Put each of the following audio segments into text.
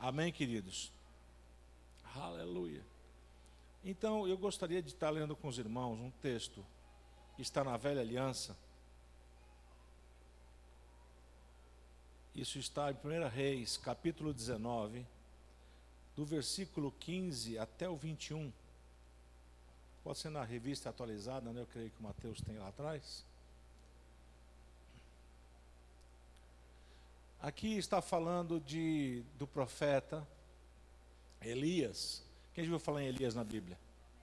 Amém, queridos? Aleluia. Então, eu gostaria de estar lendo com os irmãos um texto que está na Velha Aliança. Isso está em 1 Reis, capítulo 19, do versículo 15 até o 21. Pode ser na revista atualizada, né? Eu creio que o Mateus tem lá atrás. Aqui está falando do profeta Elias. Quem já ouviu falar em Elias na Bíblia?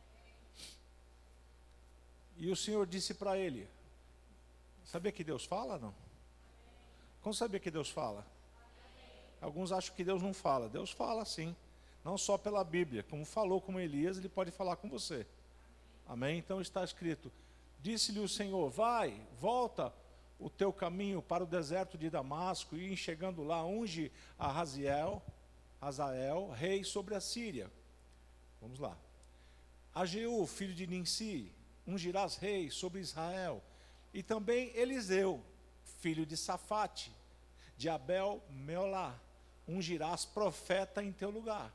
E o Senhor disse para ele: sabia que Deus fala, não? Como sabia que Deus fala? Alguns acham que Deus não fala. Deus fala sim, não só pela Bíblia. Como falou com Elias, Ele pode falar com você. Amém? Então está escrito: disse-lhe o Senhor: vai, volta o teu caminho para o deserto de Damasco, e chegando lá, unge a Hazael, rei sobre a Síria. Vamos lá. A Jeú, filho de Ninsi, ungirás rei sobre Israel. E também Eliseu, filho de Safate, de Abel-Meolá, ungirás profeta em teu lugar.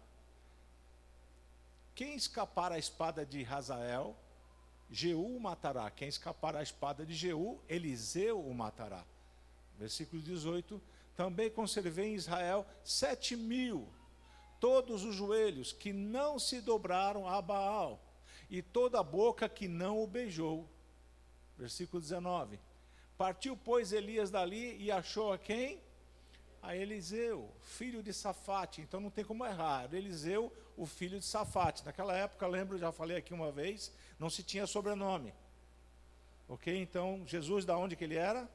Quem escapar à espada de Hazael, Jeú o matará. Quem escapar à espada de Jeú, Eliseu o matará. Versículo 18. Também conservei em Israel 7.000, todos os joelhos que não se dobraram a Baal, e toda a boca que não o beijou. Versículo 19. Partiu, pois, Elias dali e achou a quem? A Eliseu, filho de Safate. Então não tem como errar. Eliseu, o filho de Safate. Naquela época, lembro, já falei aqui uma vez, não se tinha sobrenome. Ok? Então, Jesus, da onde que ele era?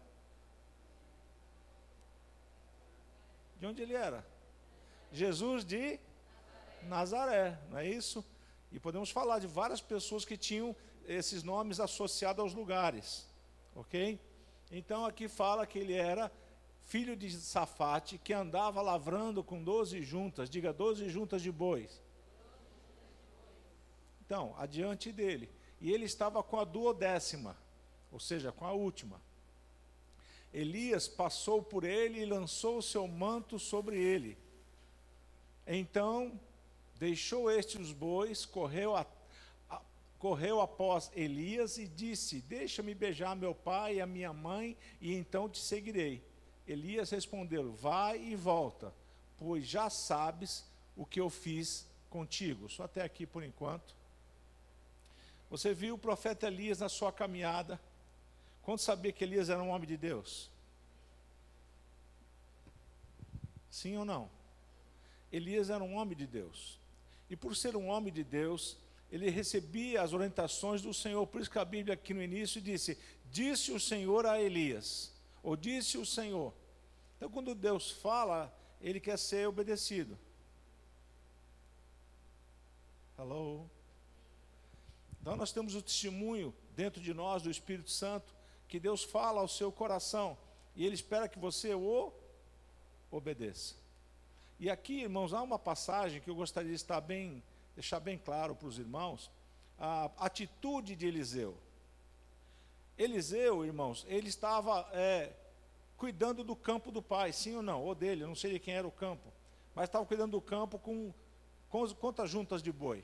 De onde ele era? Jesus de Nazaré, não é isso? E podemos falar de várias pessoas que tinham esses nomes associados aos lugares. Ok? Então aqui fala que ele era filho de Safate, que andava lavrando com 12 juntas, diga 12 juntas de bois. Então, adiante dele. E ele estava com a 12ª, ou seja, com a última. Elias passou por ele e lançou o seu manto sobre ele. Então, deixou este os bois, correu após Elias e disse: deixa-me beijar meu pai e a minha mãe, e então te seguirei. Elias respondeu: vai e volta, pois já sabes o que eu fiz contigo. Só até aqui por enquanto. Você viu o profeta Elias na sua caminhada. Quando sabia que Elias era um homem de Deus? Sim ou não? Elias era um homem de Deus. E por ser um homem de Deus, ele recebia as orientações do Senhor. Por isso que a Bíblia aqui no início disse o Senhor a Elias, ou disse o Senhor. Então quando Deus fala, ele quer ser obedecido. Hello? Então nós temos o testemunho dentro de nós do Espírito Santo, que Deus fala ao seu coração, e Ele espera que você o obedeça. E aqui, irmãos, há uma passagem que eu gostaria de deixar bem claro para os irmãos, a atitude de Eliseu. Eliseu, irmãos, ele estava cuidando do campo do pai, sim ou não? Ou dele, eu não sei de quem era o campo, mas estava cuidando do campo com quantas juntas de boi?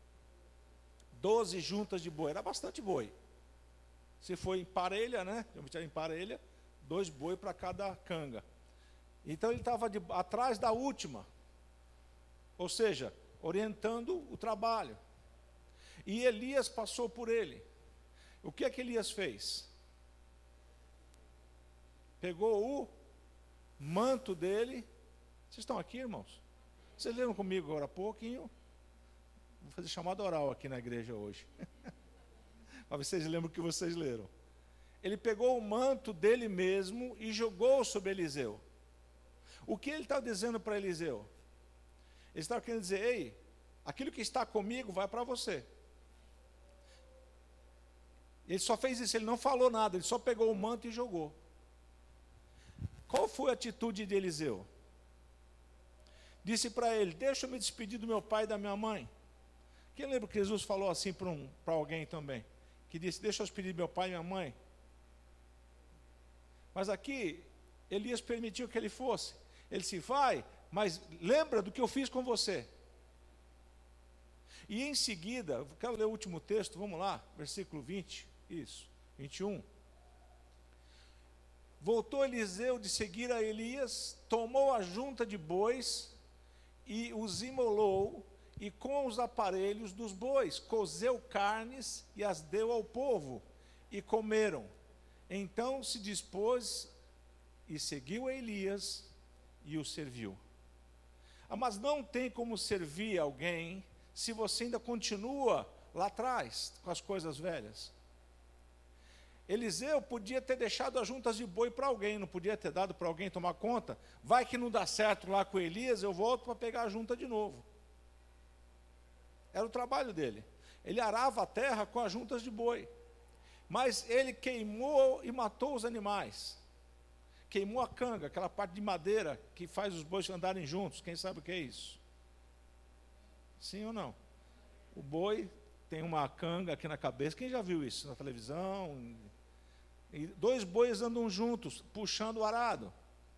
12 juntas de boi, era bastante boi. Se for em parelha, né? Em parelha, 2 boi para cada canga. Então ele estava atrás da última, ou seja, orientando o trabalho. E Elias passou por ele. O que é que Elias fez? Pegou o manto dele. Vocês estão aqui, irmãos? Vocês leram comigo agora há pouquinho? Vou fazer chamada oral aqui na igreja hoje. Para ver se vocês lembram o que vocês leram. Ele pegou o manto dele mesmo e jogou sobre Eliseu. O que ele estava dizendo para Eliseu? Ele estava querendo dizer: ei, aquilo que está comigo vai para você. Ele só fez isso, ele não falou nada, ele só pegou o manto e jogou. Qual foi a atitude de Eliseu? Disse para ele: deixa eu me despedir do meu pai e da minha mãe. Quem lembra que Jesus falou assim para alguém também? Que disse: deixa eu despedir do meu pai e minha mãe. Mas aqui, Elias permitiu que ele fosse. Ele disse: vai, mas lembra do que eu fiz com você. E em seguida, eu quero ler o último texto, vamos lá, versículo 20, isso, 21. Voltou Eliseu de seguir a Elias, tomou a junta de bois e os imolou, e com os aparelhos dos bois cozeu carnes e as deu ao povo, e comeram. Então se dispôs e seguiu a Elias e o serviu. Mas não tem como servir alguém se você ainda continua lá atrás com as coisas velhas. Eliseu podia ter deixado as juntas de boi para alguém, não podia ter dado para alguém tomar conta. Vai que não dá certo lá com Elias, eu volto para pegar a junta de novo. Era o trabalho dele. Ele arava a terra com as juntas de boi. Mas ele queimou e matou os animais. Queimou a canga, aquela parte de madeira que faz os bois andarem juntos. Quem sabe o que é isso? Sim ou não? O boi tem uma canga aqui na cabeça. Quem já viu isso na televisão? E 2 bois andam juntos, puxando o arado.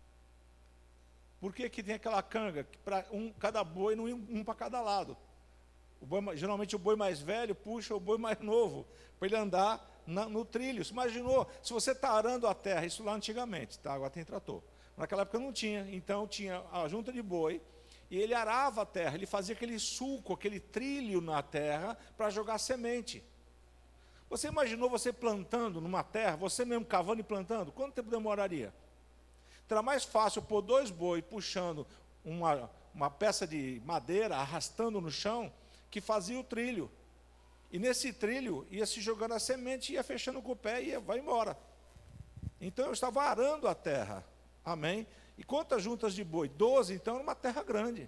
Por que tem aquela canga? Para cada boi, não ir um para cada lado. Geralmente o boi mais velho puxa o boi mais novo, para ele andar no trilho. Você imaginou, se você está arando a terra, isso lá antigamente, tá? Agora tem trator. Naquela época não tinha, então tinha a junta de boi, e ele arava a terra, ele fazia aquele sulco, aquele trilho na terra, para jogar semente. Você imaginou você plantando numa terra, você mesmo cavando e plantando? Quanto tempo demoraria? Então era mais fácil pôr 2 bois puxando uma peça de madeira, arrastando no chão, que fazia o trilho. E nesse trilho ia se jogando a semente, ia fechando com o pé e vai embora. Então eu estava arando a terra. Amém? E quantas juntas de boi? 12, então era uma terra grande.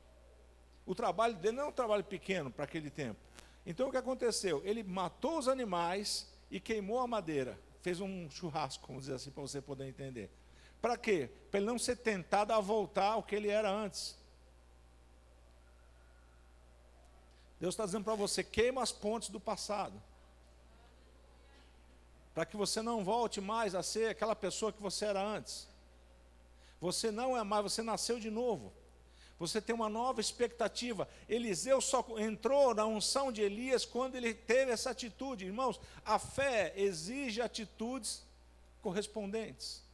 O trabalho dele não é um trabalho pequeno para aquele tempo. Então o que aconteceu? Ele matou os animais e queimou a madeira. Fez um churrasco, vamos dizer assim, para você poder entender. Para quê? Para ele não ser tentado a voltar ao que ele era antes. Deus está dizendo para você, queima as pontes do passado. Para que você não volte mais a ser aquela pessoa que você era antes. Você não é mais, você nasceu de novo. Você tem uma nova expectativa. Eliseu só entrou na unção de Elias quando ele teve essa atitude. Irmãos, a fé exige atitudes correspondentes.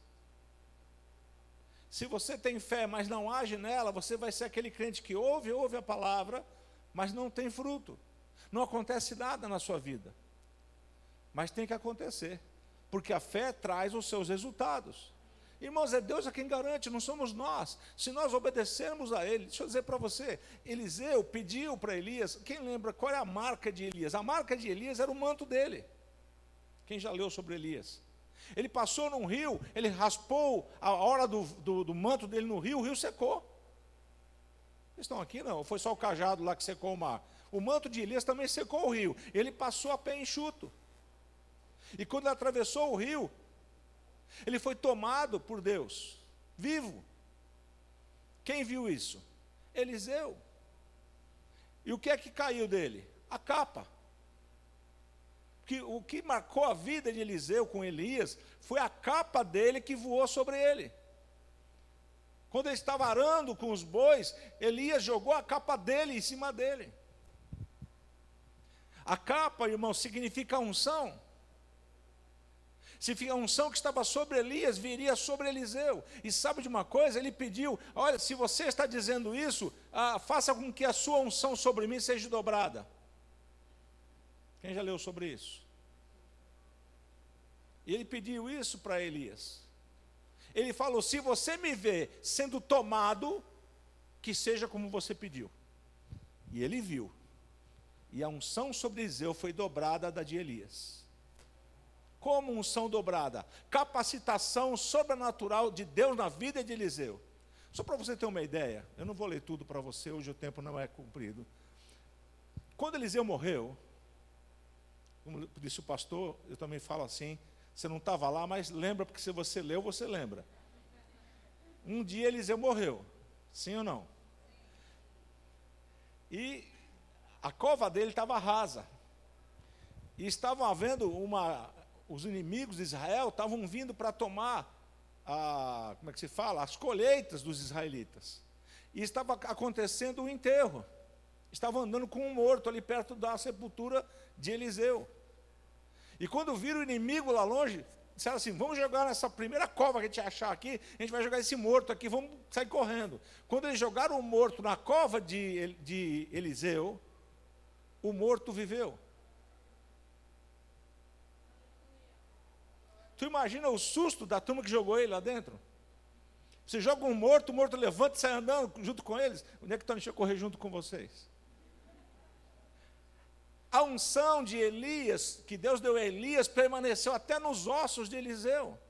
Se você tem fé, mas não age nela, você vai ser aquele crente que ouve a palavra, mas não tem fruto. Não acontece nada na sua vida. Mas tem que acontecer, porque a fé traz os seus resultados. Irmãos, é Deus a quem garante, não somos nós. Se nós obedecermos a Ele, deixa eu dizer para você, Eliseu pediu para Elias, quem lembra qual é a marca de Elias? A marca de Elias era o manto dele. Quem já leu sobre Elias? Ele passou num rio, ele raspou a hora do manto dele no rio, o rio secou. Vocês estão aqui não? Foi só o cajado lá que secou o mar. O manto de Elias também secou o rio. Ele passou a pé enxuto. E quando ele atravessou o rio, ele foi tomado por Deus, vivo. Quem viu isso? Eliseu. E o que é que caiu dele? A capa. O que marcou a vida de Eliseu com Elias foi a capa dele que voou sobre ele. Quando ele estava arando com os bois, Elias jogou a capa dele em cima dele. A capa, irmão, significa unção. Se a unção que estava sobre Elias viria sobre Eliseu. E sabe de uma coisa? Ele pediu, olha, se você está dizendo isso, faça com que a sua unção sobre mim seja dobrada. Quem já leu sobre isso? E ele pediu isso para Elias. Ele falou, se você me vê sendo tomado, que seja como você pediu. E ele viu. E a unção sobre Eliseu foi dobrada da de Elias. Como unção dobrada? Capacitação sobrenatural de Deus na vida de Eliseu. Só para você ter uma ideia, eu não vou ler tudo para você, hoje o tempo não é cumprido. Quando Eliseu morreu, como disse o pastor, eu também falo assim, você não estava lá, mas lembra, porque se você leu, você lembra. Um dia Eliseu morreu, sim ou não? E a cova dele estava rasa. E estavam havendo os inimigos de Israel estavam vindo para tomar, como é que se fala? As colheitas dos israelitas. e estava acontecendo o enterro. Estavam andando com um morto ali perto da sepultura de Eliseu. E quando viram o inimigo lá longe, disseram assim: vamos jogar nessa primeira cova que a gente achar aqui, a gente vai jogar esse morto aqui, vamos sair correndo. Quando eles jogaram o morto na cova de Eliseu, o morto viveu. Tu imagina o susto da turma que jogou ele lá dentro? Você joga um morto, o morto levanta e sai andando junto com eles. Onde é que estão deixando eu correr junto com vocês? A unção de Elias, que Deus deu a Elias, permaneceu até nos ossos de Eliseu.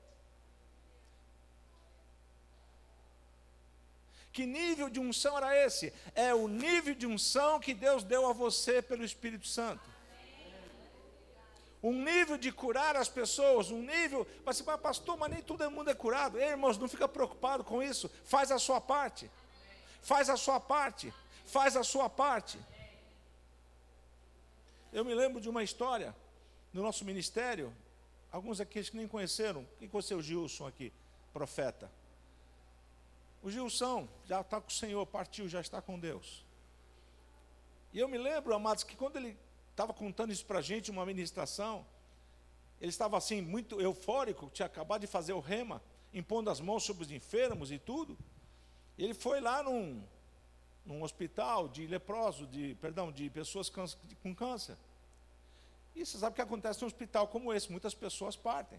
Que nível de unção era esse? É o nível de unção que Deus deu a você pelo Espírito Santo. Um nível de curar as pessoas, um nível, mas pastor, mas nem todo mundo é curado. Ei, irmãos, não fica preocupado com isso. Faz a sua parte. Faz a sua parte. Faz a sua parte. Eu me lembro de uma história no nosso ministério. Alguns aqui acho que nem conheceram. Quem conheceu o Gilson aqui, profeta? O Gilson já está com o Senhor, partiu, já está com Deus. E eu me lembro, amados, que quando ele estava contando isso para a gente, uma ministração, ele estava assim, muito eufórico, tinha acabado de fazer o rema, impondo as mãos sobre os enfermos e tudo. Ele foi lá num hospital de leprosos, de pessoas com câncer. E você sabe o que acontece num hospital como esse, muitas pessoas partem.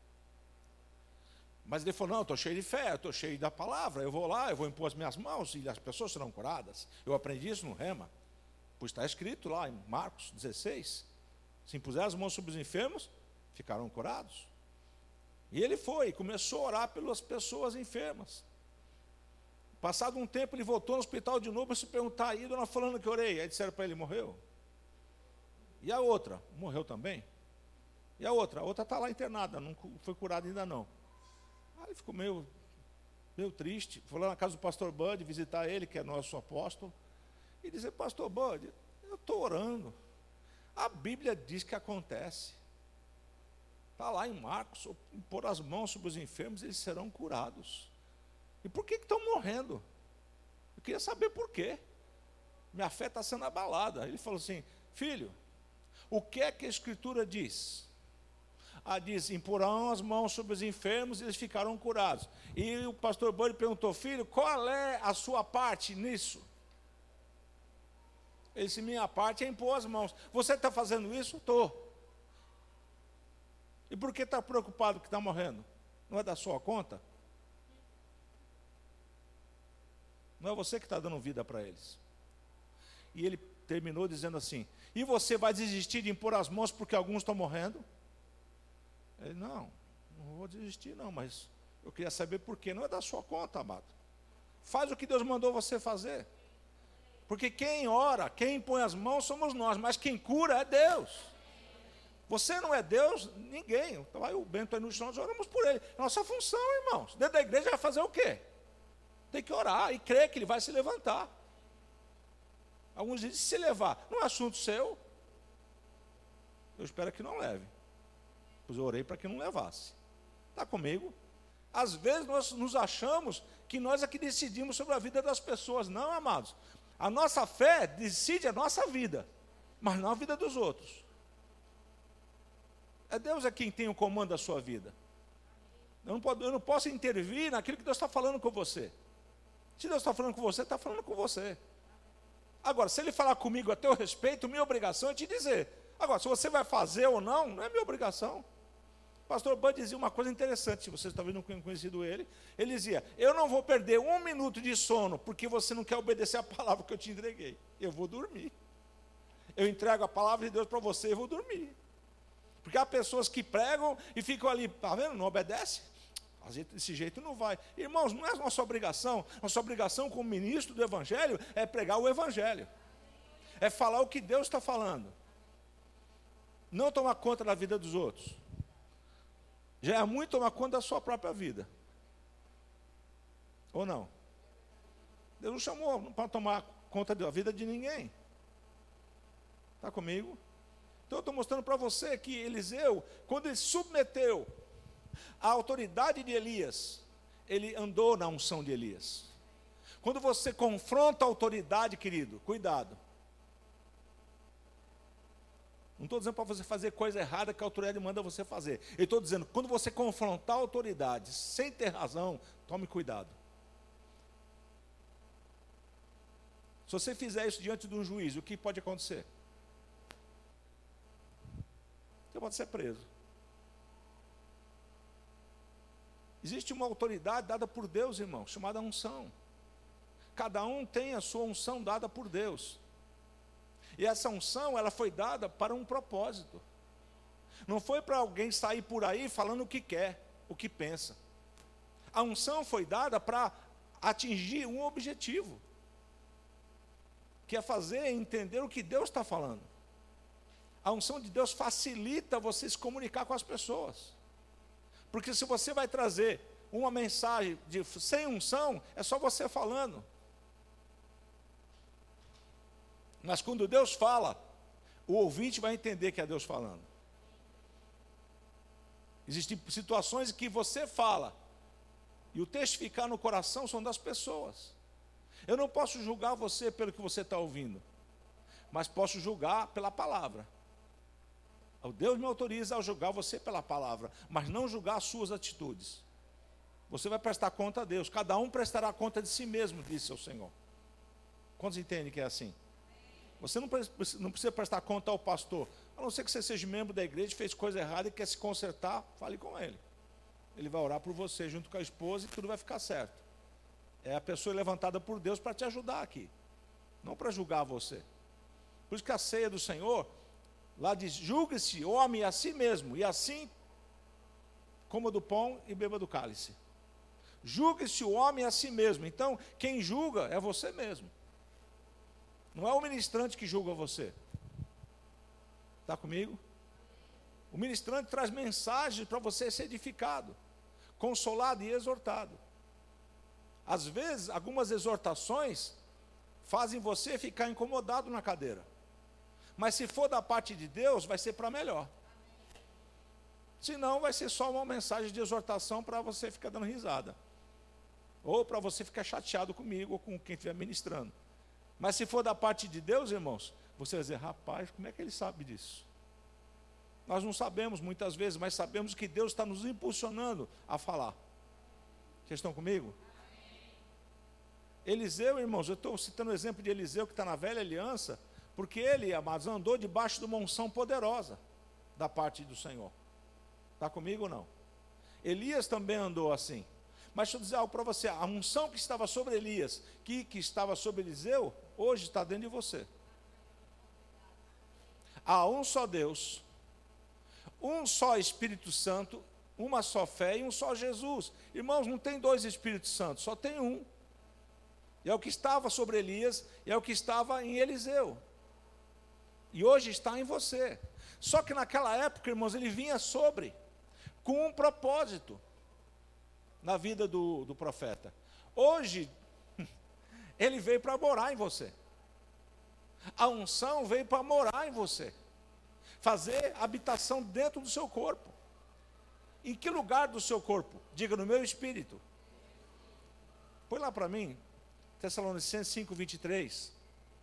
Mas ele falou: não, eu estou cheio de fé, eu estou cheio da palavra, eu vou lá, eu vou impor as minhas mãos e as pessoas serão curadas. Eu aprendi isso no rema. Pois está escrito lá em Marcos 16, se impuser as mãos sobre os enfermos, ficarão curados. E ele foi e começou a orar pelas pessoas enfermas. Passado um tempo, ele voltou no hospital de novo para se perguntar: aí, dona fulana que orei? Aí disseram para ele: morreu. E a outra? Morreu também. E a outra? A outra está lá internada, não foi curada ainda não. Aí ele ficou meio triste. Foi lá na casa do pastor Bud visitar ele, que é nosso apóstolo. E dizer: pastor Bud, eu estou orando. A Bíblia diz que acontece. Está lá em Marcos: pôr as mãos sobre os enfermos, eles serão curados. E por que estão morrendo? Eu queria saber por quê. Minha fé está sendo abalada. Ele falou assim: filho, o que é que a Escritura diz? Diz: imporão as mãos sobre os enfermos e eles ficarão curados. E o pastor Bud perguntou: filho, qual é a sua parte nisso? Ele disse: minha parte é impor as mãos. Você está fazendo isso? Estou. E por que está preocupado que está morrendo? Não é da sua conta? Não é você que está dando vida para eles. E ele terminou dizendo assim: e você vai desistir de impor as mãos porque alguns estão morrendo? Ele: não vou desistir não, mas eu queria saber por quê. Não é da sua conta, amado. Faz o que Deus mandou você fazer. Porque quem ora, quem impõe as mãos somos nós, mas quem cura é Deus. Você não é Deus, ninguém. Então, aí o Bento aí no chão, nós oramos por ele. Nossa função, irmãos, dentro da igreja vai fazer o quê? Tem que orar e crer que ele vai se levantar. Alguns dizem: se levar, não é assunto seu. Eu espero que não leve. Pois eu orei para que não levasse. Está comigo? Às vezes nós nos achamos que nós é que decidimos sobre a vida das pessoas. Não, amados. A nossa fé decide a nossa vida, mas não a vida dos outros. É Deus quem tem o comando da sua vida. Eu não posso intervir naquilo que Deus está falando com você. Se Deus está falando com você, está falando com você. Agora, se Ele falar comigo a teu respeito, minha obrigação é te dizer. Agora, se você vai fazer ou não, não é minha obrigação. O pastor Bud dizia uma coisa interessante, se vocês talvez não tenham conhecido ele. Ele dizia: eu não vou perder 1 minuto de sono, porque você não quer obedecer a palavra que eu te entreguei. Eu vou dormir. Eu entrego a palavra de Deus para você e vou dormir. Porque há pessoas que pregam e ficam ali, está vendo, não obedece. Desse jeito não vai. Irmãos, não é nossa obrigação. Nossa obrigação como ministro do Evangelho é pregar o Evangelho. É falar o que Deus está falando. Não tomar conta da vida dos outros. Já é muito tomar conta da sua própria vida. Ou não? Deus não chamou para tomar conta da vida de ninguém. Está comigo? Então eu estou mostrando para você que Eliseu, quando ele submeteu a autoridade de Elias, ele andou na unção de Elias. Quando você confronta a autoridade, querido, cuidado. Não estou dizendo para você fazer coisa errada que a autoridade manda você fazer. Eu estou dizendo, quando você confrontar a autoridade sem ter razão, tome cuidado. Se você fizer isso diante de um juiz, o que pode acontecer? Você pode ser preso. Existe uma autoridade dada por Deus, irmão, chamada unção. Cada um tem a sua unção dada por Deus. E essa unção, ela foi dada para um propósito. Não foi para alguém sair por aí falando o que quer, o que pensa. A unção foi dada para atingir um objetivo, que é fazer entender o que Deus está falando. A unção de Deus facilita você se comunicar com as pessoas. Porque se você vai trazer uma mensagem sem unção, é só você falando. Mas quando Deus fala, o ouvinte vai entender que é Deus falando. Existem situações em que você fala, e o testificar no coração são das pessoas. Eu não posso julgar você pelo que você está ouvindo, mas posso julgar pela palavra. O Deus me autoriza a julgar você pela palavra, mas não julgar as suas atitudes. Você vai prestar conta a Deus, cada um prestará conta de si mesmo, disse o Senhor. Quantos entendem que é assim? Você não precisa prestar conta ao pastor, a não ser que você seja membro da igreja, fez coisa errada e quer se consertar, fale com ele. Ele vai orar por você junto com a esposa e tudo vai ficar certo. É a pessoa levantada por Deus para te ajudar aqui, não para julgar você. Por isso que a ceia do Senhor, lá diz, julgue-se homem a si mesmo, e assim coma do pão e beba do cálice. Julgue-se o homem a si mesmo. Então, quem julga é você mesmo. Não é o ministrante que julga você. Está comigo? O ministrante traz mensagens para você ser edificado, consolado e exortado. Às vezes, algumas exortações fazem você ficar incomodado na cadeira. Mas se for da parte de Deus, vai ser para melhor. Senão, vai ser só uma mensagem de exortação para você ficar dando risada. Ou para você ficar chateado comigo ou com quem estiver ministrando. Mas se for da parte de Deus, irmãos, você vai dizer, rapaz, como é que ele sabe disso? Nós não sabemos muitas vezes, mas sabemos que Deus está nos impulsionando a falar. Vocês estão comigo? Eliseu, irmãos, eu estou citando o exemplo de Eliseu que está na velha aliança, porque ele, amados, andou debaixo de uma unção poderosa da parte do Senhor. Está comigo ou não? Elias também andou assim. Mas deixa eu dizer algo para você, a unção que estava sobre Elias, que estava sobre Eliseu, hoje está dentro de você. Há um só Deus, um só Espírito Santo, uma só fé e um só Jesus. Irmãos, não tem dois Espíritos Santos, só tem um. E é o que estava sobre Elias, e é o que estava em Eliseu. E hoje está em você. Só que naquela época, irmãos, ele vinha com um propósito na vida do profeta. Hoje, ele veio para morar em você. A unção veio para morar em você. Fazer habitação dentro do seu corpo. Em que lugar do seu corpo? Diga, no meu espírito. Põe lá para mim, Tessalonicenses 5:23.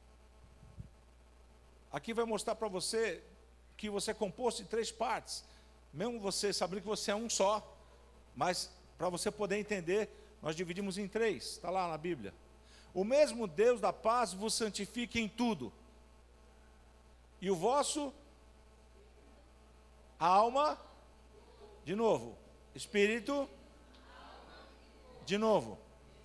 Aqui vai mostrar para você que você é composto de 3 partes. Mesmo você sabendo que você é um só, mas para você poder entender, nós dividimos em 3, está lá na Bíblia. O mesmo Deus da paz vos santifique em tudo. E o vosso alma, de novo, espírito, de novo.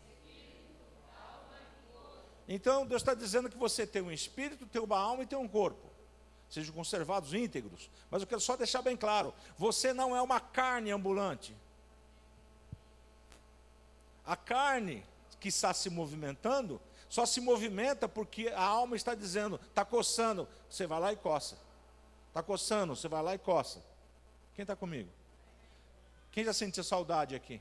Então Deus está dizendo que você tem um espírito, tem uma alma e tem um corpo. Sejam conservados íntegros. Mas eu quero só deixar bem claro, você não é uma carne ambulante. A carne que está se movimentando, só se movimenta porque a alma está dizendo, está coçando, você vai lá e coça. Está coçando, você vai lá e coça. Quem está comigo? Quem já sentiu saudade aqui?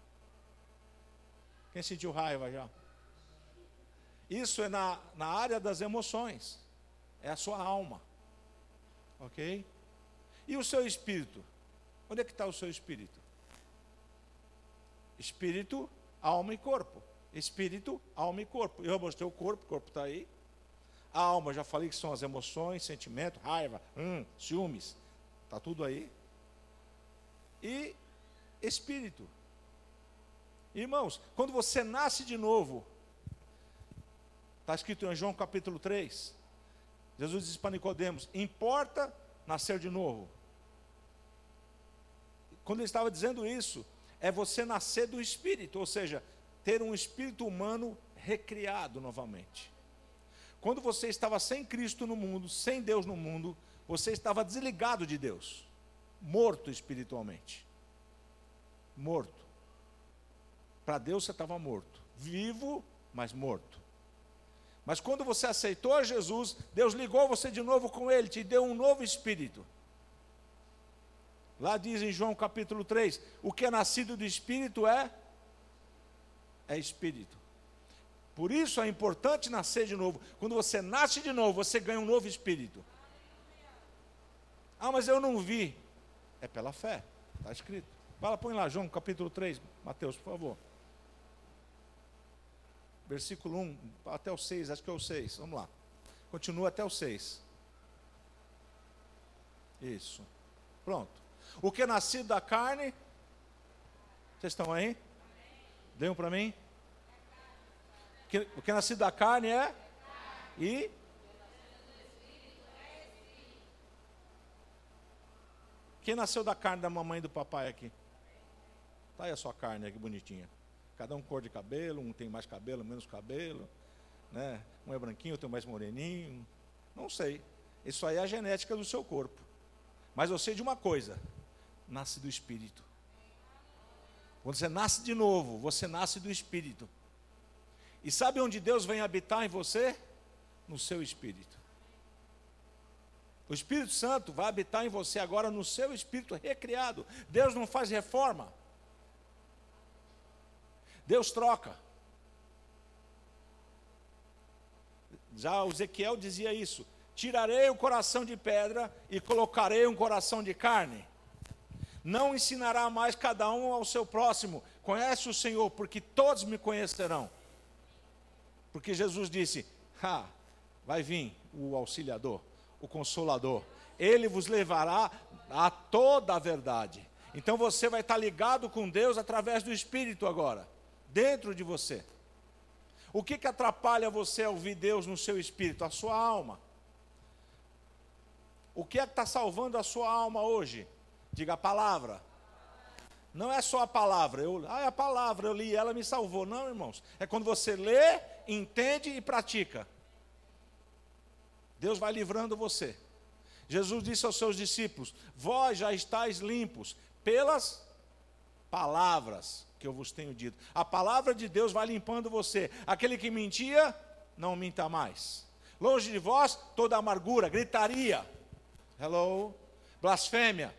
Quem sentiu raiva já? Isso é na área das emoções. É a sua alma. Ok? E o seu espírito? Onde é que está o seu espírito? Espírito, alma e corpo. Espírito, alma e corpo. Eu mostrei o corpo está aí. A alma, já falei que são as emoções, sentimento, raiva, ciúmes. Está tudo aí. E espírito. Irmãos, quando você nasce de novo, está escrito em João capítulo 3, Jesus disse para Nicodemos, importa nascer de novo. Quando ele estava dizendo isso, é você nascer do Espírito, ou seja, ter um espírito humano recriado novamente. Quando você estava sem Cristo no mundo, sem Deus no mundo, você estava desligado de Deus, morto espiritualmente. Morto. Para Deus você estava morto. Vivo, mas morto. Mas quando você aceitou Jesus, Deus ligou você de novo com Ele, te deu um novo espírito. Lá diz em João capítulo 3, o que é nascido do Espírito é Espírito. Por isso é importante nascer de novo. Quando você nasce de novo, você ganha um novo Espírito. Ah, mas eu não vi. É pela fé, está escrito. Põe lá, João capítulo 3, Mateus, por favor. Versículo 1 até o 6, acho que é o 6, vamos lá. Continua até o 6. Isso. Pronto. O que é nascido da carne, vocês estão aí? Dêem para mim? O que é nascido da carne é? E? Quem nasceu da carne da mamãe e do papai aqui? Está aí a sua carne, que bonitinha. Cada um cor de cabelo, um tem mais cabelo, menos cabelo, né? Um é branquinho, outro é mais moreninho. Não sei. Isso aí é a genética do seu corpo. Mas eu sei de uma coisa: nasce do Espírito. Quando você nasce de novo, você nasce do Espírito. E sabe onde Deus vem habitar em você? No seu Espírito. O Espírito Santo vai habitar em você agora no seu Espírito recriado. Deus não faz reforma. Deus troca. Já o Ezequiel dizia isso: tirarei o coração de pedra e colocarei um coração de carne. Não ensinará mais cada um ao seu próximo, conhece o Senhor, porque todos me conhecerão. Porque Jesus disse, vai vir o auxiliador, o consolador, ele vos levará a toda a verdade. Então você vai estar ligado com Deus através do Espírito agora, dentro de você. O que atrapalha você a ouvir Deus no seu espírito? A sua alma. O que é que está salvando a sua alma hoje? Diga a palavra. Não é só a palavra. É a palavra, eu li, ela me salvou. Não, irmãos. É quando você lê, entende e pratica. Deus vai livrando você. Jesus disse aos seus discípulos, vós já estáis limpos pelas palavras que eu vos tenho dito. A palavra de Deus vai limpando você. Aquele que mentia, não minta mais. Longe de vós, toda amargura, gritaria, blasfêmia,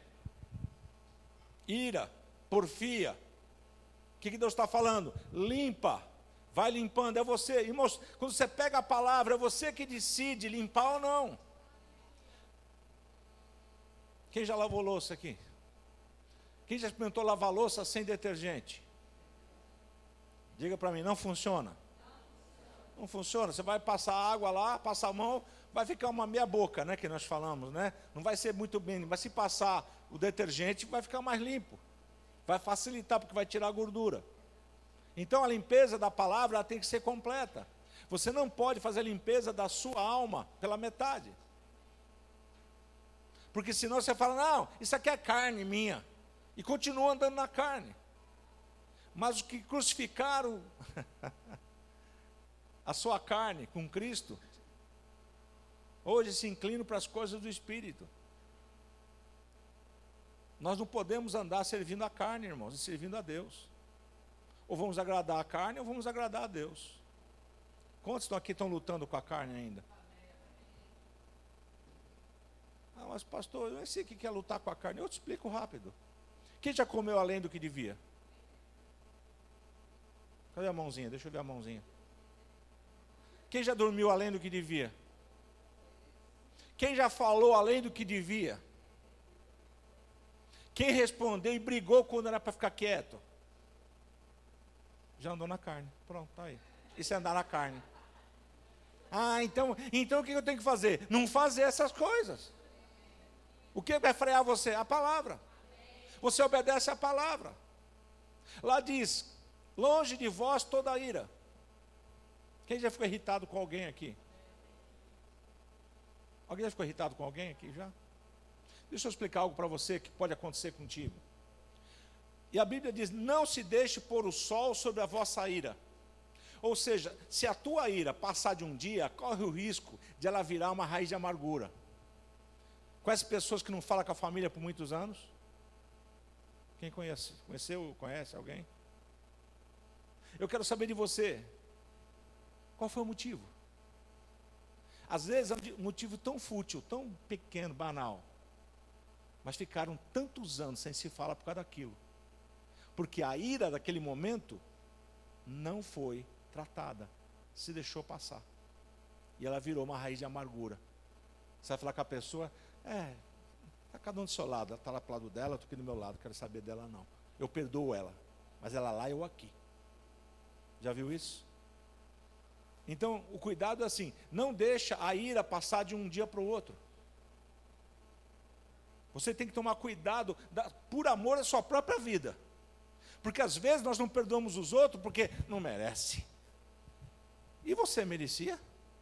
ira, porfia. O que Deus está falando? Limpa, vai limpando, é você. Irmãos, quando você pega a palavra, é você que decide limpar ou não. Quem já lavou louça aqui? Quem já experimentou lavar louça sem detergente? Diga para mim, não funciona? Não funciona, você vai passar água lá, passar a mão, vai ficar uma meia boca, né, que nós falamos, né? Não vai ser muito bem, mas se passar o detergente, vai ficar mais limpo. Vai facilitar, porque vai tirar a gordura. Então a limpeza da palavra ela tem que ser completa. Você não pode fazer a limpeza da sua alma pela metade. Porque senão você fala, não, isso aqui é carne minha. E continua andando na carne. Mas os que crucificaram a sua carne com Cristo, hoje se inclinam para as coisas do Espírito. Nós não podemos andar servindo a carne, irmãos, e servindo a Deus. Ou vamos agradar a carne, ou vamos agradar a Deus. Quantos estão aqui estão lutando com a carne ainda? Mas pastor, eu não sei o que é lutar com a carne. Eu te explico rápido. Quem já comeu além do que devia? Cadê a mãozinha? Deixa eu ver a mãozinha. Quem já dormiu além do que devia? Quem já falou além do que devia? Quem respondeu e brigou quando era para ficar quieto? Já andou na carne. Pronto, está aí. Isso é andar na carne. Ah, então o que eu tenho que fazer? Não fazer essas coisas. O que vai frear você? A palavra. Você obedece à palavra. Lá diz, longe de vós toda a ira. Quem já ficou irritado com alguém aqui? Alguém já ficou irritado com alguém aqui já? Deixa eu explicar algo para você que pode acontecer contigo. E a Bíblia diz, não se deixe pôr o sol sobre a vossa ira. Ou seja, se a tua ira passar de um dia, corre o risco de ela virar uma raiz de amargura. Conhece pessoas que não falam com a família por muitos anos? Quem conhece? Conhece alguém? Eu quero saber de você. Qual foi o motivo? Às vezes é um motivo tão fútil, tão pequeno, banal. Mas ficaram tantos anos sem se falar por causa daquilo. Porque a ira daquele momento não foi tratada, se deixou passar. E ela virou uma raiz de amargura. Você vai falar com a pessoa, está cada um do seu lado, ela está lá para o lado dela, eu estou aqui do meu lado, não quero saber dela não. Eu perdoo ela, mas ela lá, eu aqui. Já viu isso? Então, o cuidado é assim, não deixa a ira passar de um dia para o outro. Você tem que tomar cuidado, por amor à sua própria vida. Porque às vezes nós não perdoamos os outros porque não merece. E você merecia?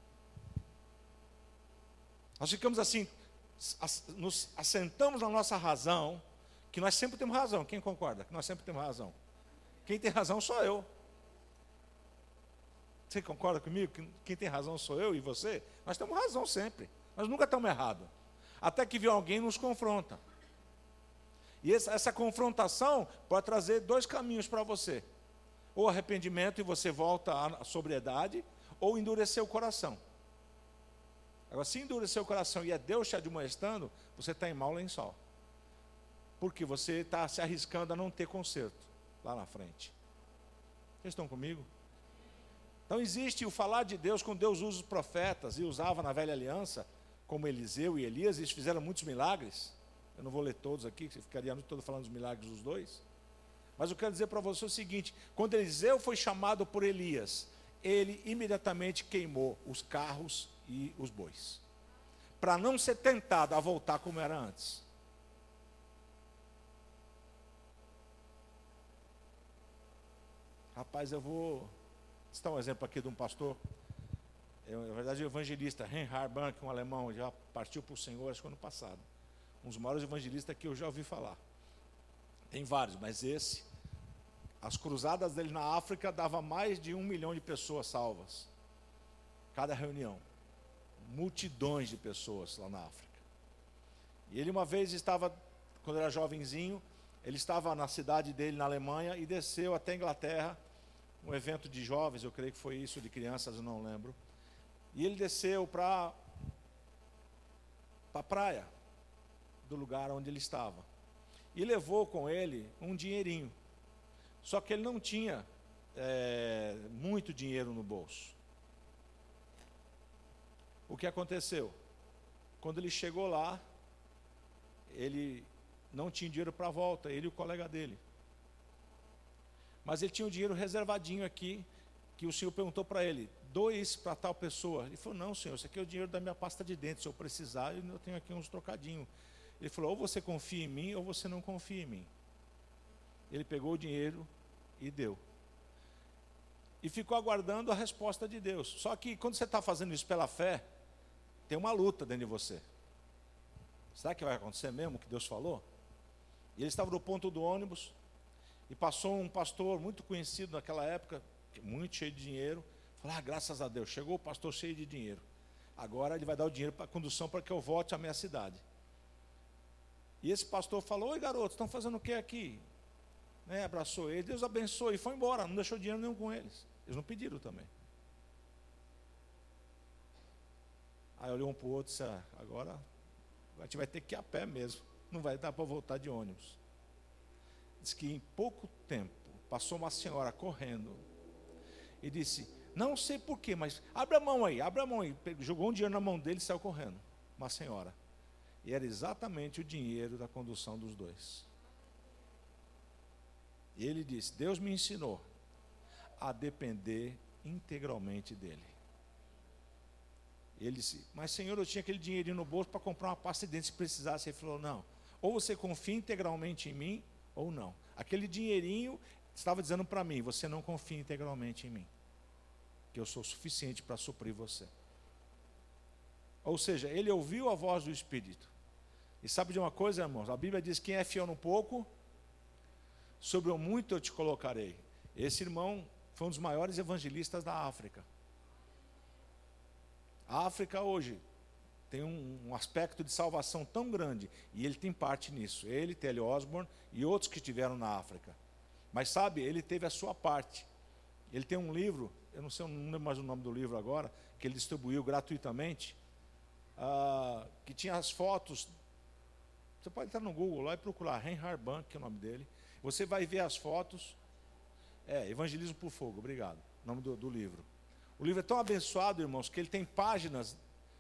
Nós ficamos assim, nos assentamos na nossa razão, que nós sempre temos razão. Quem concorda? Que nós sempre temos razão. Quem tem razão sou eu. Você concorda comigo? Que quem tem razão sou eu e você? Nós temos razão sempre. Nós nunca estamos errados. Até que vem alguém e nos confronta. E essa confrontação pode trazer dois caminhos para você. Ou arrependimento e você volta à sobriedade, ou endurecer o coração. Agora, se endurecer o coração e é Deus te admoestando, você está em mau lençol. Porque você está se arriscando a não ter conserto lá na frente. Vocês estão comigo? Então existe o falar de Deus, quando Deus usa os profetas, e usava na velha aliança, como Eliseu e Elias, eles fizeram muitos milagres. Eu não vou ler todos aqui, você ficaria a noite toda falando dos milagres dos dois. Mas eu quero dizer para você o seguinte, quando Eliseu foi chamado por Elias, ele imediatamente queimou os carros e os bois, para não ser tentado a voltar como era antes. Rapaz, eu vou citar um exemplo aqui de um pastor, na verdade o evangelista Reinhard Bonnke, um alemão, já partiu para o Senhor, acho que ano passado. Um dos maiores evangelistas que eu já ouvi falar. Tem vários, mas esse, as cruzadas dele na África dava mais de 1 milhão de pessoas salvas. Cada reunião. Multidões de pessoas lá na África. E ele uma vez estava, quando era jovenzinho, ele estava na cidade dele, na Alemanha, e desceu até a Inglaterra, um evento de jovens, eu creio que foi isso, de crianças, eu não lembro. E ele desceu para a praia do lugar onde ele estava. E levou com ele um dinheirinho. Só que ele não tinha muito dinheiro no bolso. O que aconteceu? Quando ele chegou lá, ele não tinha dinheiro para a volta, ele e o colega dele. Mas ele tinha um dinheiro reservadinho aqui, que o senhor perguntou para ele, doe isso para tal pessoa. Ele falou, não senhor, isso aqui é o dinheiro da minha pasta de dentes, se eu precisar, eu tenho aqui uns trocadinhos. Ele falou, ou você confia em mim, ou você não confia em mim. Ele pegou o dinheiro e deu. E ficou aguardando a resposta de Deus. Só que quando você está fazendo isso pela fé, tem uma luta dentro de você. Será que vai acontecer mesmo o que Deus falou? E ele estava no ponto do ônibus, e passou um pastor muito conhecido naquela época, muito cheio de dinheiro. Falou, graças a Deus, chegou o pastor cheio de dinheiro. Agora ele vai dar o dinheiro para a condução para que eu volte à minha cidade. E esse pastor falou, oi garotos, estão fazendo o que aqui? Abraçou ele, Deus abençoe, e foi embora, não deixou dinheiro nenhum com eles. Eles não pediram também. Aí olhou um para o outro e disse, agora a gente vai ter que ir a pé mesmo, não vai dar para voltar de ônibus. Diz que em pouco tempo, passou uma senhora correndo, e disse, não sei porquê, mas abre a mão aí, jogou um dinheiro na mão dele e saiu correndo, uma senhora. E era exatamente o dinheiro da condução dos dois. E ele disse, Deus me ensinou a depender integralmente dele. Ele disse, mas Senhor, eu tinha aquele dinheirinho no bolso para comprar uma pasta de dente se precisasse. Ele falou, não, ou você confia integralmente em mim, ou não. Aquele dinheirinho estava dizendo para mim, você não confia integralmente em mim, que eu sou suficiente para suprir você. Ou seja, ele ouviu a voz do Espírito. E sabe de uma coisa, irmãos? A Bíblia diz, quem é fiel no pouco, sobre o muito eu te colocarei. Esse irmão foi um dos maiores evangelistas da África. A África hoje tem um aspecto de salvação tão grande, e ele tem parte nisso. Ele, T.L. Osborne e outros que estiveram na África. Mas sabe, ele teve a sua parte. Ele tem um livro, eu não sei, não lembro mais o nome do livro agora, que ele distribuiu gratuitamente, que tinha as fotos. Você pode entrar no Google lá e procurar, Reinhard Bank, que é o nome dele. Você vai ver as fotos. Evangelismo por Fogo, obrigado, o nome do livro. O livro é tão abençoado, irmãos, que ele tem páginas,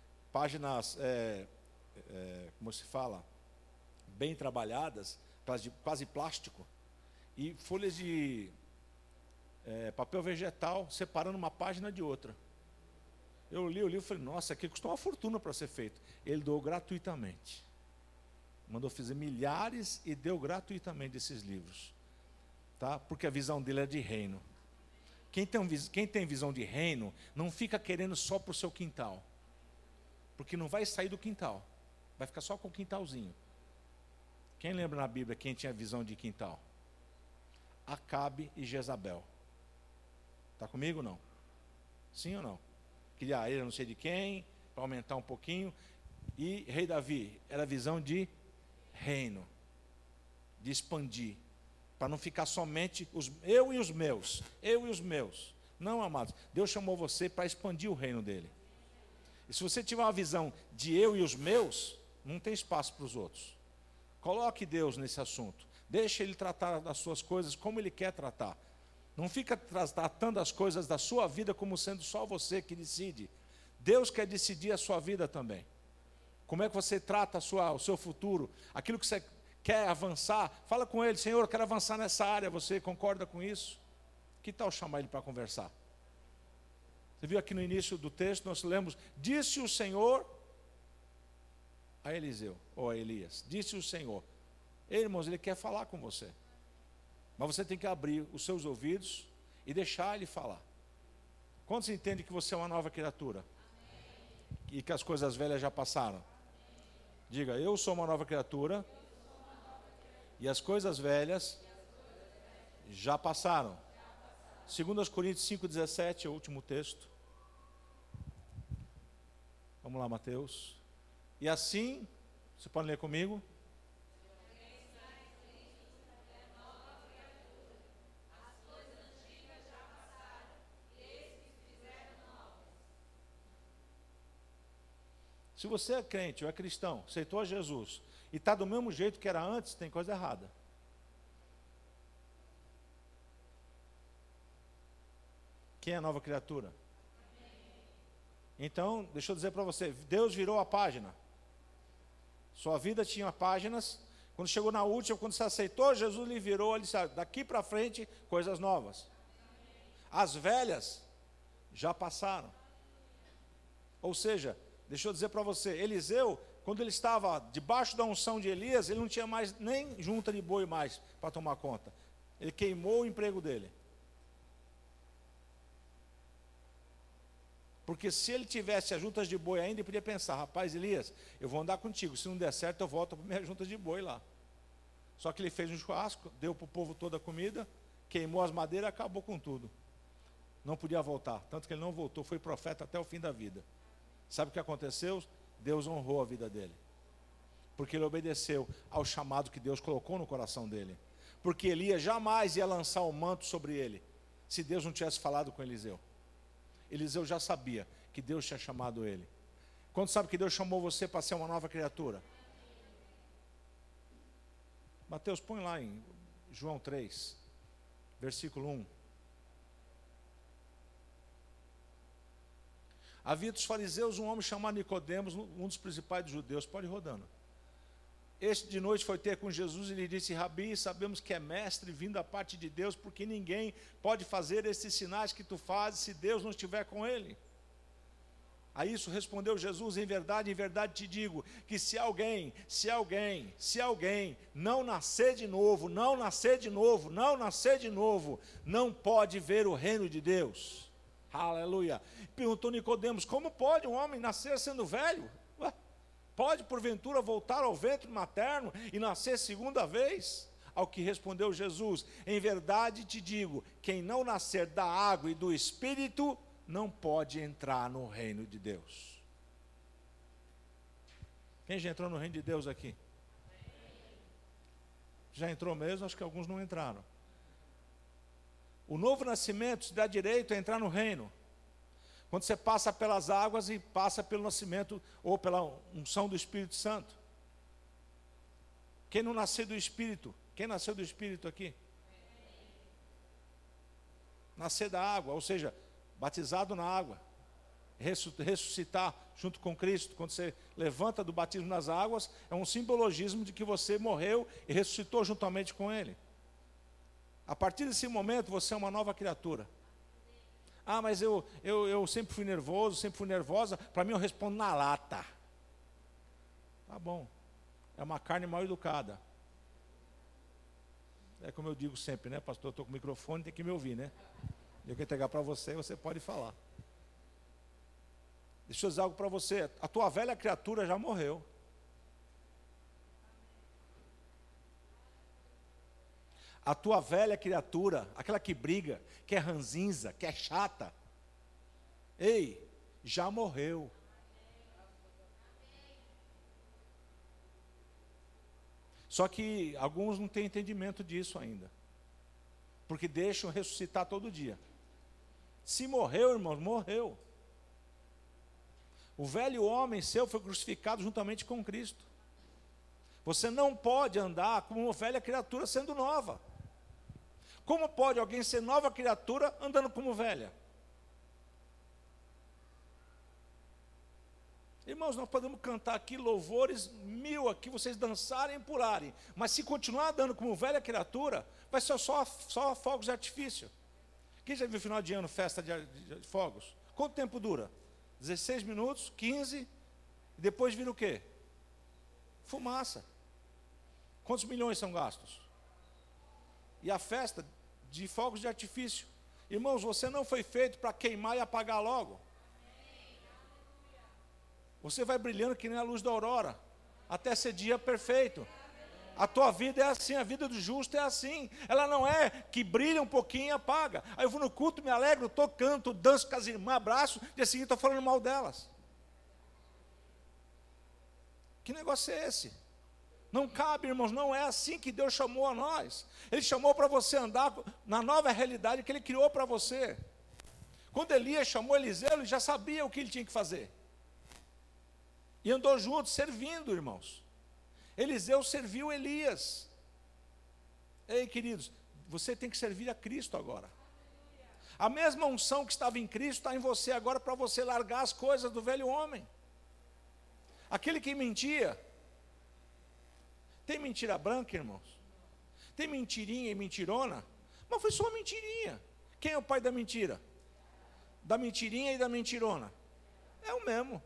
como se fala, bem trabalhadas, quase plástico, e folhas de papel vegetal, separando uma página de outra. Eu li o livro e falei, nossa, aqui custou uma fortuna para ser feito. Ele doou gratuitamente. Mandou fazer milhares e deu gratuitamente esses livros. Tá? Porque a visão dele é de reino. Quem tem visão de reino, não fica querendo só para o seu quintal. Porque não vai sair do quintal. Vai ficar só com o quintalzinho. Quem lembra na Bíblia quem tinha visão de quintal? Acabe e Jezabel. Está comigo ou não? Sim ou não? Queria a ilha não sei de quem, para aumentar um pouquinho. E rei Davi, era visão de reino. De expandir. Para não ficar somente eu e os meus. Eu e os meus. Não, amados. Deus chamou você para expandir o reino dele. E se você tiver uma visão de eu e os meus, não tem espaço para os outros. Coloque Deus nesse assunto. Deixe Ele tratar das suas coisas como Ele quer tratar. Não fica tratando as coisas da sua vida como sendo só você que decide. Deus quer decidir a sua vida também. Como é que você trata o seu futuro? Aquilo que você quer avançar, fala com Ele, Senhor, eu quero avançar nessa área, você concorda com isso? Que tal chamar Ele para conversar? Você viu aqui no início do texto, nós lemos, disse o Senhor a Eliseu, ou a Elias, disse o Senhor. Ei, irmãos, Ele quer falar com você. Mas você tem que abrir os seus ouvidos e deixar Ele falar. Quantos entendem que você é uma nova criatura? E que as coisas velhas já passaram? Diga, eu sou uma nova criatura. E as coisas velhas já passaram. 2 Coríntios 5,17 é o último texto. Vamos lá, Mateus. E assim, você pode ler comigo? Se você é crente ou é cristão, aceitou a Jesus e está do mesmo jeito que era antes, tem coisa errada. Quem é a nova criatura? Então, deixa eu dizer para você, Deus virou a página. Sua vida tinha páginas, quando chegou na última, quando você aceitou, Jesus lhe virou, ele disse, daqui para frente, coisas novas. As velhas já passaram. Ou seja, deixa eu dizer para você, Eliseu, quando ele estava debaixo da unção de Elias, ele não tinha mais nem junta de boi mais para tomar conta. Ele queimou o emprego dele. Porque se ele tivesse as juntas de boi ainda, ele podia pensar, rapaz, Elias, eu vou andar contigo, se não der certo eu volto para minha junta de boi lá. Só que ele fez um churrasco, deu para o povo toda a comida, queimou as madeiras e acabou com tudo. Não podia voltar, tanto que ele não voltou, foi profeta até o fim da vida. Sabe o que aconteceu? Deus honrou a vida dele. Porque ele obedeceu ao chamado que Deus colocou no coração dele. Porque Elias jamais ia lançar o manto sobre ele, se Deus não tivesse falado com Eliseu. Eliseu já sabia que Deus tinha chamado ele. Quando sabe que Deus chamou você para ser uma nova criatura? Mateus, põe lá em João 3, versículo 1. Havia dos fariseus um homem chamado Nicodemos, um dos principais dos judeus. Pode ir rodando. Este de noite foi ter com Jesus e lhe disse: Rabi, sabemos que é mestre vindo da parte de Deus, porque ninguém pode fazer esses sinais que tu fazes se Deus não estiver com ele. A isso respondeu Jesus: em verdade te digo, que se alguém não nascer de novo, não pode ver o reino de Deus. Aleluia. Perguntou Nicodemos: como pode um homem nascer sendo velho? Ué, pode porventura voltar ao ventre materno e nascer segunda vez? Ao que respondeu Jesus: em verdade te digo, quem não nascer da água e do Espírito não pode entrar no reino de Deus. Quem já entrou no reino de Deus aqui? Já entrou mesmo? Acho que alguns não entraram. O novo nascimento te dá direito a entrar no reino. Quando você passa pelas águas e passa pelo nascimento ou pela unção do Espírito Santo. Quem não nasceu do Espírito? Quem nasceu do Espírito aqui? Nascer da água, ou seja, batizado na água, ressuscitar junto com Cristo. Quando você levanta do batismo nas águas, é um simbologismo de que você morreu e ressuscitou juntamente com Ele. A partir desse momento, você é uma nova criatura. Ah, mas eu sempre fui nervoso, sempre fui nervosa, para mim eu respondo na lata. Tá bom, é uma carne mal educada. É como eu digo sempre, né, pastor, eu estou com o microfone, tem que me ouvir, né? Eu quero entregar para você, você pode falar. Deixa eu dizer algo para você. A tua velha criatura já morreu. A tua velha criatura, aquela que briga, que é ranzinza, que é chata, ei, já morreu. Só que alguns não têm entendimento disso ainda, porque deixam ressuscitar todo dia. Se morreu, irmãos, morreu. O velho homem seu foi crucificado juntamente com Cristo. Você não pode andar como uma velha criatura sendo nova. Como pode alguém ser nova criatura andando como velha? Irmãos, nós podemos cantar aqui louvores 1000 aqui, vocês dançarem e pularem, mas se continuar andando como velha criatura, vai ser só fogos de artifício. Quem já viu final de ano, festa de fogos? Quanto tempo dura? 16 minutos, 15, e depois vira o quê? Fumaça. Quantos milhões são gastos? E a festa de fogos de artifício. Irmãos, você não foi feito para queimar e apagar logo. Você vai brilhando que nem a luz da aurora, até ser dia perfeito. A tua vida é assim, a vida do justo é assim. Ela não é que brilha um pouquinho e apaga. Aí eu vou no culto, me alegro, canto, danço com as irmãs, abraço, dia seguinte estou falando mal delas. Que negócio é esse? Não cabe, irmãos, não é assim que Deus chamou a nós. Ele chamou para você andar na nova realidade que Ele criou para você. Quando Elias chamou Eliseu, ele já sabia o que ele tinha que fazer. E andou junto, servindo, irmãos. Eliseu serviu Elias. Ei, queridos, você tem que servir a Cristo agora. A mesma unção que estava em Cristo está em você agora, para você largar as coisas do velho homem. Aquele que mentia. Tem mentira branca, irmãos? Tem mentirinha e mentirona? Mas foi só uma mentirinha. Quem é o pai da mentira? Da mentirinha e da mentirona? É o mesmo.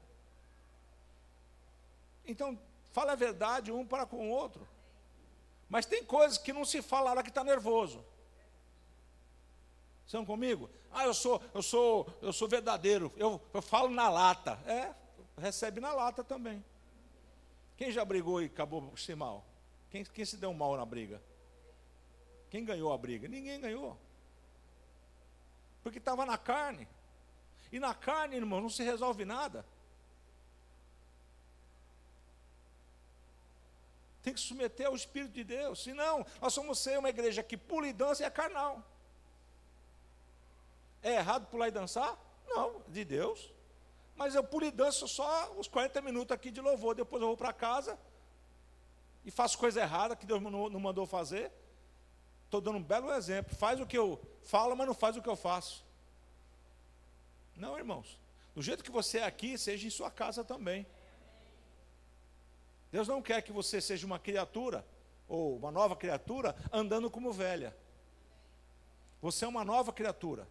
Então, fala a verdade um para com o outro. Mas tem coisas que não se fala na hora que está nervoso. Estão comigo? Ah, eu sou verdadeiro. Eu falo na lata. Recebe na lata também. Quem já brigou e acabou por si mal? Quem se deu mal na briga? Quem ganhou a briga? Ninguém ganhou. Porque estava na carne. E na carne, irmão, não se resolve nada. Tem que submeter ao Espírito de Deus. Senão, nós somos uma igreja que pula e dança e é carnal. É errado pular e dançar? Não, de Deus. Mas eu pulo e danço só os 40 minutos aqui de louvor. Depois eu vou para casa e faço coisa errada que Deus não mandou fazer. Estou dando um belo exemplo. Faz o que eu falo, mas não faz o que eu faço. Não, irmãos. Do jeito que você é aqui, seja em sua casa também. Deus não quer que você seja uma criatura, ou uma nova criatura, andando como velha. Você é uma nova criatura.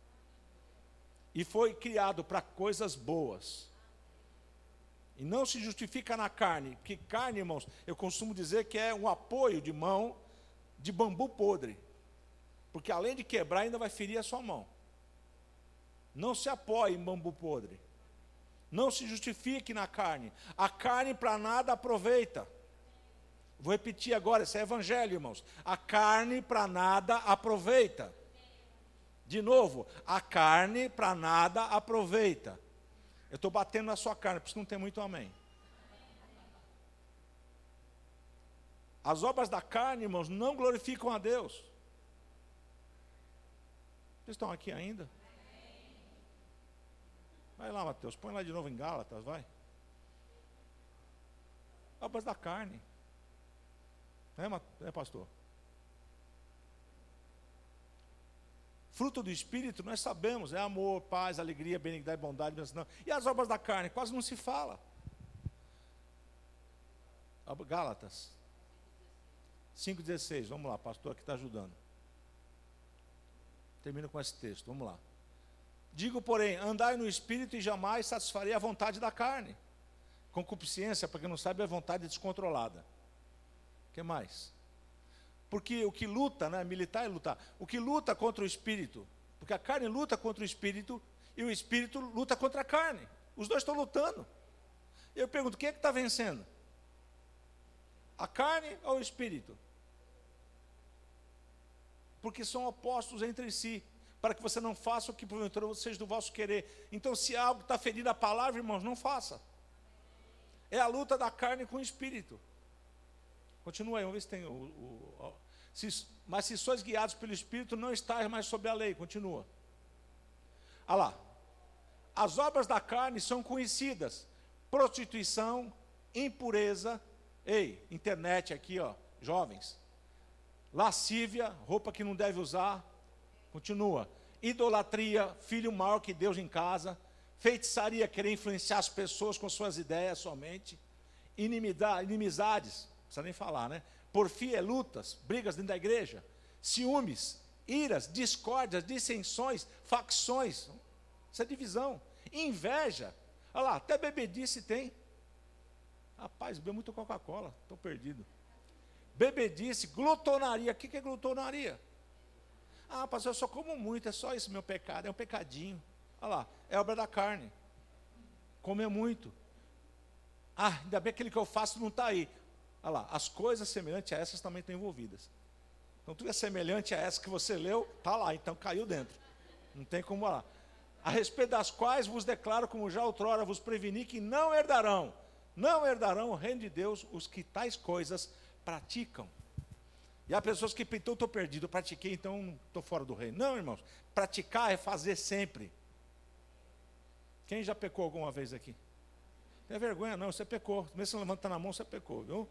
E foi criado para coisas boas. E não se justifica na carne, porque carne, irmãos, eu costumo dizer que é um apoio de mão de bambu podre. Porque além de quebrar, ainda vai ferir a sua mão. Não se apoie em bambu podre. Não se justifique na carne. A carne para nada aproveita. Vou repetir agora, esse é evangelho, irmãos. A carne para nada aproveita. De novo, a carne para nada aproveita. Eu estou batendo na sua carne, por isso não tem muito amém. As obras da carne, irmãos, não glorificam a Deus. Vocês estão aqui ainda? Vai lá, Mateus, põe lá de novo em Gálatas, vai. Obras da carne. É, pastor? Fruto do Espírito, nós sabemos, é amor, paz, alegria, benignidade, bondade, não. E as obras da carne, quase não se fala. Gálatas 5,16, vamos lá, pastor aqui está ajudando. Termino com esse texto, vamos lá. Digo, porém, andai no Espírito e jamais satisfarei a vontade da carne. Concupiscência, para quem não sabe, é vontade descontrolada. O que mais? Porque o que luta, né, militar é lutar. O que luta contra o Espírito, porque a carne luta contra o Espírito e o Espírito luta contra a carne. Os dois estão lutando. Eu pergunto, quem é que está vencendo? A carne ou o Espírito? Porque são opostos entre si, para que você não faça o que porventura seja do vosso querer. Então, se algo está ferindo a palavra, irmãos, não faça. É a luta da carne com o Espírito. Continua aí, vamos ver se tem mas se sois guiados pelo Espírito, não estáis mais sob a lei. Continua. Olha lá. As obras da carne são conhecidas: prostituição, impureza, internet aqui, ó, jovens. Lascívia, roupa que não deve usar. Continua. Idolatria, filho maior que Deus em casa. Feitiçaria, querer influenciar as pessoas com suas ideias somente. Inimizades, não precisa nem falar, né? Porfia, lutas, brigas dentro da igreja. Ciúmes, iras, discórdias, dissensões, facções. Isso é divisão. Inveja. Olha lá, até bebedice tem. Rapaz, bebo muito Coca-Cola, estou perdido. Bebedice, glutonaria. O que é glutonaria? Ah, pastor, eu só como muito, é só isso meu pecado, é um pecadinho. Olha lá, é obra da carne. Comer muito. Ah, ainda bem que aquele que eu faço não está aí. Olha lá, as coisas semelhantes a essas também estão envolvidas. Então, tudo é semelhante a essa que você leu, está lá, então caiu dentro. Não tem como lá. A respeito das quais vos declaro, como já outrora vos preveni, que não herdarão o reino de Deus os que tais coisas praticam. E há pessoas que, então estou perdido, eu pratiquei, então estou fora do reino. Não, irmãos, praticar é fazer sempre. Quem já pecou alguma vez aqui? Não é vergonha não, você pecou. Mesmo você levantando a mão, você pecou, viu?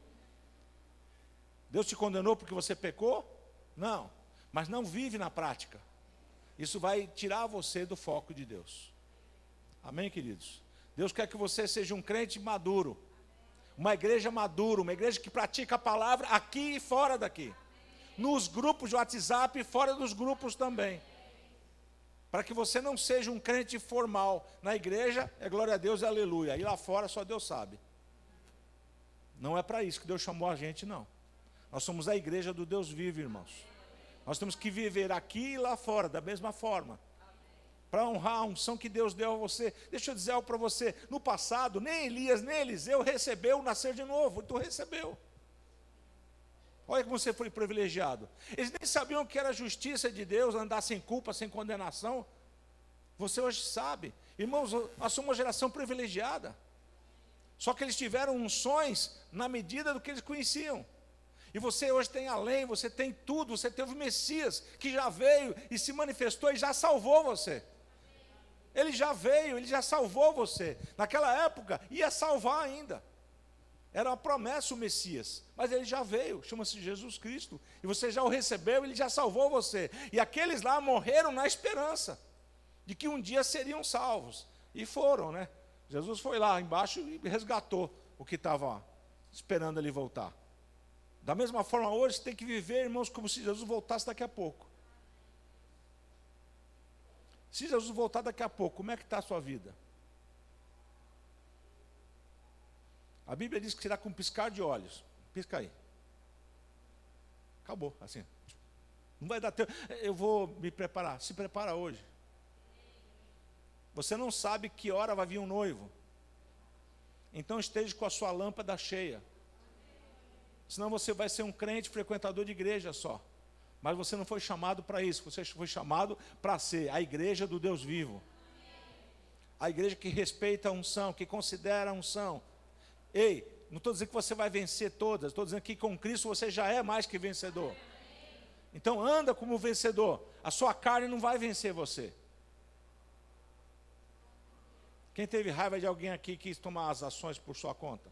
Deus te condenou porque você pecou? Não, mas não vive na prática. Isso vai tirar você do foco de Deus. Amém, queridos? Deus quer que você seja um crente maduro, uma igreja madura, uma igreja que pratica a palavra aqui e fora daqui, nos grupos de WhatsApp e fora dos grupos também, para que você não seja um crente formal. Na igreja é glória a Deus e aleluia, e lá fora só Deus sabe. Não é para isso que Deus chamou a gente, não. Nós somos a igreja do Deus vivo, irmãos. Nós temos que viver aqui e lá fora da mesma forma, para honrar a unção que Deus deu a você. Deixa eu dizer algo para você. No passado, nem Elias, nem Eliseu recebeu o nascer de novo. Tu recebeu. Olha como você foi privilegiado. Eles nem sabiam que era a justiça de Deus, andar sem culpa, sem condenação. Você hoje sabe. Irmãos, nós somos uma geração privilegiada. Só que eles tiveram unções na medida do que eles conheciam. E você hoje tem além, você tem tudo, você teve o Messias, que já veio e se manifestou e já salvou você. Ele já veio, ele já salvou você. Naquela época, ia salvar ainda. Era uma promessa o Messias, mas ele já veio, chama-se Jesus Cristo. E você já o recebeu, ele já salvou você. E aqueles lá morreram na esperança de que um dia seriam salvos. E foram, né? Jesus foi lá embaixo e resgatou o que estava lá. esperando ele voltar. Da mesma forma, hoje você tem que viver, irmãos, como se Jesus voltasse daqui a pouco. Se Jesus voltar daqui a pouco, como é que está a sua vida? A Bíblia diz que será com um piscar de olhos. Pisca aí. Acabou, assim. Não vai dar tempo. Eu vou me preparar. Se prepara hoje. Você não sabe que hora vai vir um noivo. Então esteja com a sua lâmpada cheia. Senão você vai ser um crente frequentador de igreja só. Mas você não foi chamado para isso. Você foi chamado para ser a igreja do Deus vivo. A igreja que respeita a unção, que considera a unção. Ei, não estou dizendo que você vai vencer todas. Estou dizendo que com Cristo você já é mais que vencedor. Então anda como vencedor. A sua carne não vai vencer você. Quem teve raiva de alguém aqui que quis tomar as ações por sua conta?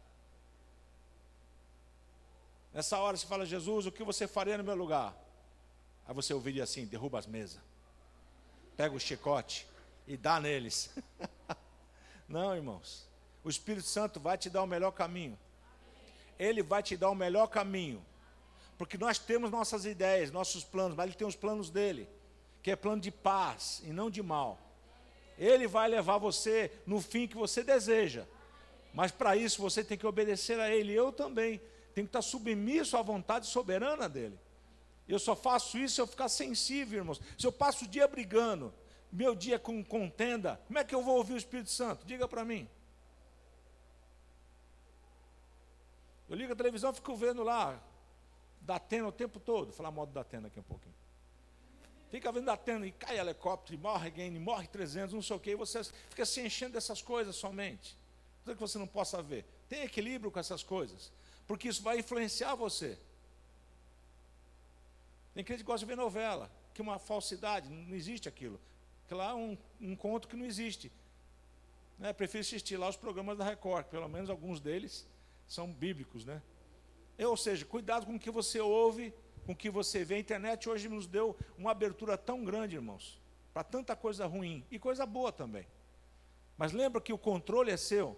Nessa hora você fala, Jesus, o que você faria no meu lugar? Aí você ouviria assim, derruba as mesas. Pega o chicote e dá neles. Não, irmãos. O Espírito Santo vai te dar o melhor caminho. Ele vai te dar o melhor caminho. Porque nós temos nossas ideias, nossos planos, mas ele tem os planos dele. Que é plano de paz e não de mal. Ele vai levar você no fim que você deseja. Mas para isso você tem que obedecer a ele. Eu também tenho que estar submisso à vontade soberana dele. Eu só faço isso se eu ficar sensível, irmãos. Se eu passo o dia brigando, meu dia com contenda, como é que eu vou ouvir o Espírito Santo? Diga para mim. Eu ligo a televisão e fico vendo lá Datena o tempo todo. Vou falar mal do Datena aqui um pouquinho. Fica vendo Datena e cai helicóptero, e morre alguém, e morre 300, não sei o quê. E você fica se enchendo dessas coisas somente. Não é que você não possa ver. Tem equilíbrio com essas coisas. Porque isso vai influenciar você. Tem crente que gosta de ver novela, que é uma falsidade, não existe aquilo. Que lá é um conto que não existe. Né? Prefiro assistir lá os programas da Record, pelo menos alguns deles são bíblicos, né? Ou seja, cuidado com o que você ouve, com o que você vê. A internet hoje nos deu uma abertura tão grande, irmãos, para tanta coisa ruim e coisa boa também. Mas lembra que o controle é seu.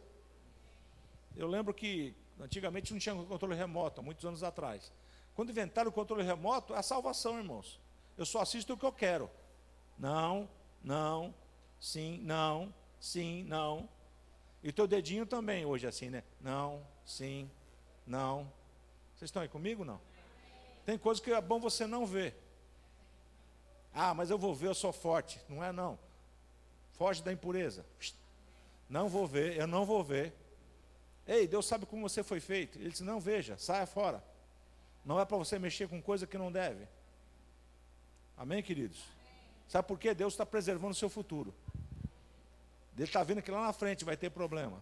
Eu lembro que antigamente não tinha controle remoto, há muitos anos atrás. Quando inventaram o controle remoto, é a salvação, irmãos. Eu só assisto o que eu quero. Não, não, sim, não, sim, não. E o teu dedinho também hoje é assim, né? Não, sim, não. Vocês estão aí comigo, não? Tem coisas que é bom você não ver. Ah, mas eu vou ver, eu sou forte. Não é não. Foge da impureza. Não vou ver, eu não vou ver. Ei, Deus sabe como você foi feito. Ele disse, não veja, saia fora. Não é para você mexer com coisa que não deve. Amém, queridos? Sabe por quê? Deus está preservando o seu futuro. Ele está vendo que lá na frente vai ter problema.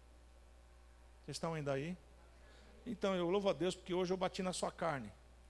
Vocês estão ainda aí? Então, eu louvo a Deus porque hoje eu bati na sua carne.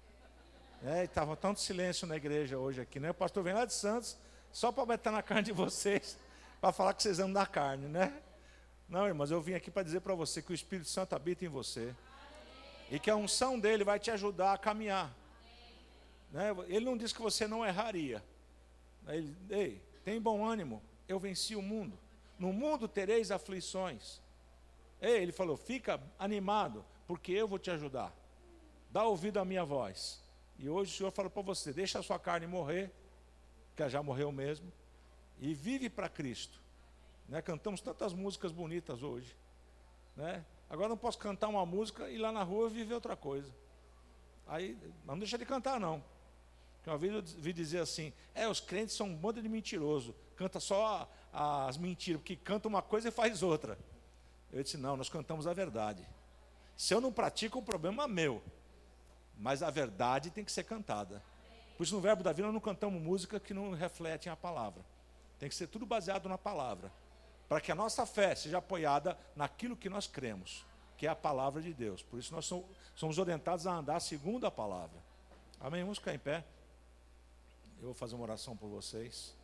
Estava tanto silêncio na igreja hoje aqui, né? O pastor vem lá de Santos, só para bater na carne de vocês, para falar que vocês andam da carne, né? Não, irmãos, eu vim aqui para dizer para você que o Espírito Santo habita em você. E que a unção dele vai te ajudar a caminhar. Né? Ele não disse que você não erraria. Ei, tem bom ânimo, eu venci o mundo. No mundo tereis aflições. Ei, ele falou, fica animado, porque eu vou te ajudar. Dá ouvido à minha voz. E hoje o Senhor fala para você, deixa a sua carne morrer, que ela já morreu mesmo, e vive para Cristo. Né? Cantamos tantas músicas bonitas hoje. Né? Agora não posso cantar uma música e lá na rua viver outra coisa. Aí, não deixa de cantar não. Porque uma vez eu vi dizer assim, os crentes são um bando de mentiroso, canta só as mentiras, porque canta uma coisa e faz outra. Eu disse, não, nós cantamos a verdade. Se eu não pratico, o problema é meu. Mas a verdade tem que ser cantada. Por isso no Verbo da Vida nós não cantamos música que não refletem a palavra. Tem que ser tudo baseado na palavra. Para que a nossa fé seja apoiada naquilo que nós cremos, que é a palavra de Deus. Por isso nós somos orientados a andar segundo a palavra. Amém? Vamos ficar em pé. Eu vou fazer uma oração por vocês.